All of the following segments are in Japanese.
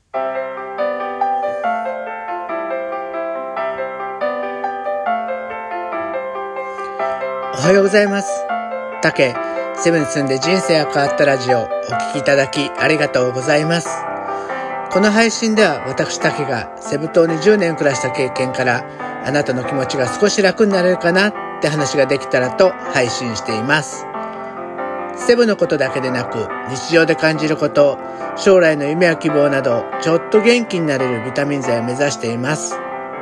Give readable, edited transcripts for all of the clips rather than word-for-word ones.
おはようございます。タケ、セブンに住んで人生が変わったラジオ、お聞きいただきありがとうございます。この配信では私タケがセブ島に10年暮らした経験から、あなたの気持ちが少し楽になれるかなって話ができたらと配信しています。セブのことだけでなく、日常で感じること、将来の夢や希望など、ちょっと元気になれるビタミン剤を目指しています。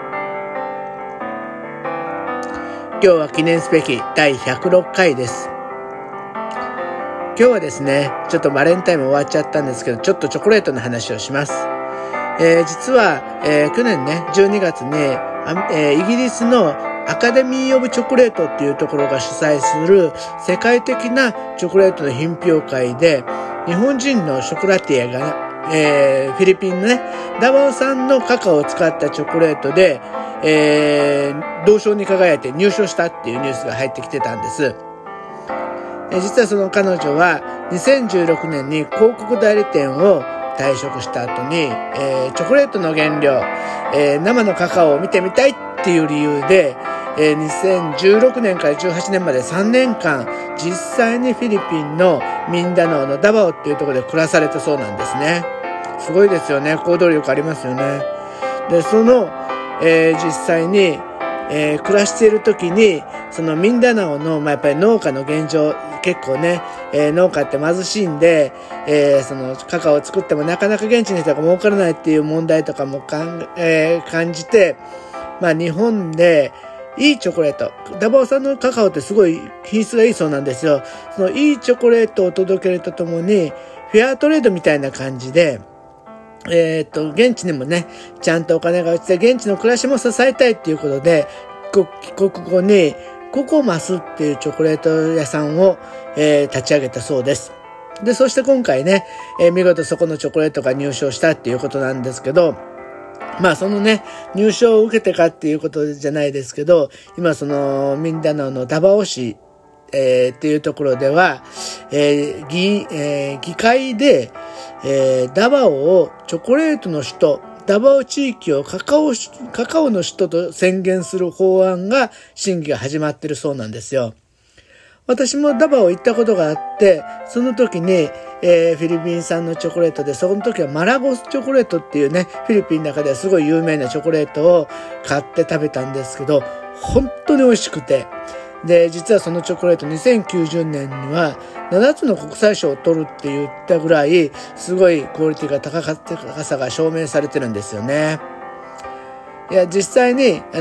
今日は記念すべき第106回です。今日はですね、ちょっとバレンタインも終わっちゃったんですけど、ちょっとチョコレートの話をします。実は、去年ね、12月に、イギリスのアカデミー・オブ・チョコレートっていうところが主催する世界的なチョコレートの品評会で、日本人のショコラティエが、フィリピンのね、ダバオ産のカカオを使ったチョコレートで、銅賞に輝いて入賞したっていうニュースが入ってきてたんです。実はその彼女は2016年に広告代理店を退職した後に、チョコレートの原料、生のカカオを見てみたいっていう理由で、2016年から18年まで3年間実際にフィリピンのミンダナオのダバオっていうところで暮らされたそうなんですね。すごいですよね。行動力ありますよね。で、その、実際に、暮らしている時にそのミンダナオの、やっぱり農家の現状結構ね、農家って貧しいんで、そのカカオを作ってもなかなか現地の人が儲からないっていう問題とかも感じて、日本でいいチョコレート、ダバオ産のカカオってすごい品質がいいそうなんですよ。そのいいチョコレートを届けるとともにフェアトレードみたいな感じで現地にもね、ちゃんとお金が落ちて、現地の暮らしも支えたいっていうことで、帰国後にココマスっていうチョコレート屋さんを、立ち上げたそうです。で、そして今回ね、見事そこのチョコレートが入賞したっていうことなんですけど、そのね、入賞を受けてかっていうことじゃないですけど、今そのミンダナオのダバオ市、っていうところでは、議会で、ダバオをチョコレートの首都、ダバオ地域をカカオの首都と宣言する法案が審議が始まっているそうなんですよ。私もダバオ行ったことがあって、その時に、フィリピン産のチョコレートで、その時はマラゴスチョコレートっていうね、フィリピンの中ではすごい有名なチョコレートを買って食べたんですけど、本当に美味しくて、で、実はそのチョコレート2090年には7つの国際賞を取るって言ったぐらいすごいクオリティが高さが証明されてるんですよね。いや、実際に去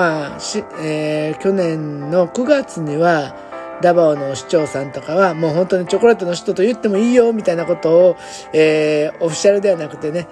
年の9月にはダバオの市長さんとかはもう本当にチョコレートの人と言ってもいいよみたいなことを、オフィシャルではなくてね、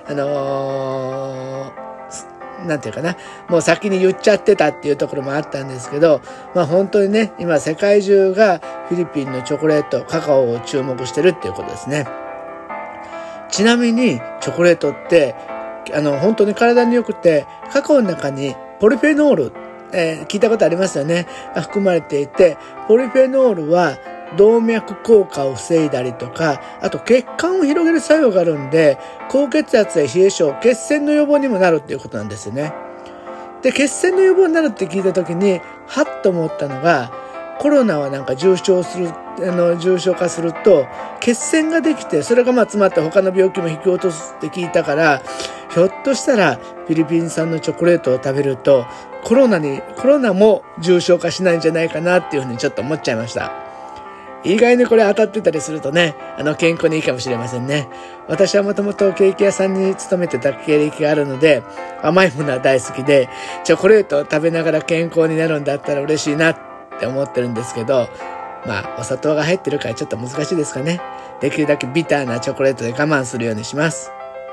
なんていうかな、もう先に言っちゃってたっていうところもあったんですけど、本当にね、今世界中がフィリピンのチョコレート、カカオを注目してるっていうことですね。ちなみにチョコレートって本当に体に良くて、カカオの中にポリフェノール、聞いたことありますよね、が含まれていて、ポリフェノールは動脈硬化を防いだりとか、あと血管を広げる作用があるんで、高血圧や冷え性、血栓の予防にもなるっていうことなんですよね。で、血栓の予防になるって聞いた時にはっと思ったのが、コロナはなんか重症化すると血栓ができて、それが詰まって他の病気も引き落とすって聞いたから、ひょっとしたらフィリピン産のチョコレートを食べるとコロナも重症化しないんじゃないかなっていうふうにちょっと思っちゃいました。意外にこれ当たってたりするとね、健康にいいかもしれませんね。私はもともとケーキ屋さんに勤めてた経歴があるので、甘いものは大好きで、チョコレートを食べながら健康になるんだったら嬉しいなって思ってるんですけど、お砂糖が入ってるからちょっと難しいですかね。できるだけビターなチョコレートで我慢するようにします。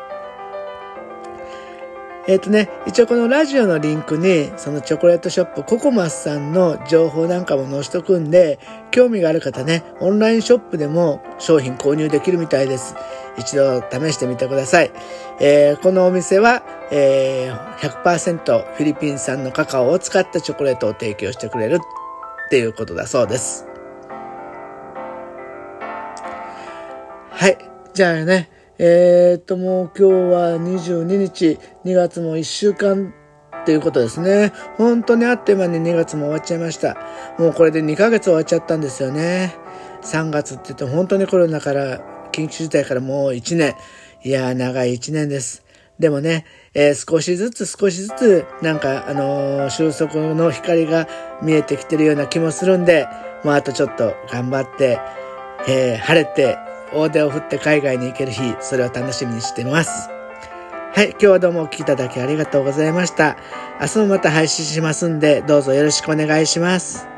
一応このラジオのリンクにそのチョコレートショップココマスさんの情報なんかも載せとくんで、興味がある方ね、オンラインショップでも商品購入できるみたいです。一度試してみてください。このお店は、100% フィリピン産のカカオを使ったチョコレートを提供してくれるっていうことだそうです。はい。じゃあね、 もう今日は22日、2月も1週間っていうことですね。本当にあっという間に2月も終わっちゃいました。もうこれで2ヶ月終わっちゃったんですよね。3月って言って本当にコロナから緊急事態からもう1年。いやー長い1年です。でもね、少しずつなんか収束の光が見えてきてるような気もするんで、もうあとちょっと頑張って、晴れて大手を振って海外に行ける日、それを楽しみにしています。はい、今日はどうもお聞きいただきありがとうございました。明日もまた配信しますんで、どうぞよろしくお願いします。